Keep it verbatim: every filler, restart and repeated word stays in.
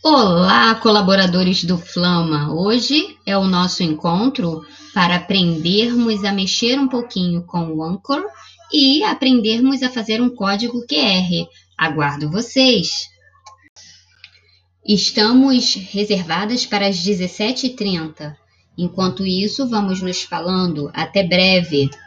Olá, colaboradores do Flama! Hoje é o nosso encontro para aprendermos a mexer um pouquinho com o Anchor e aprendermos a fazer um código Q R. Aguardo vocês! Estamos reservadas para as dezessete e trinta. Enquanto isso, vamos nos falando. Até breve!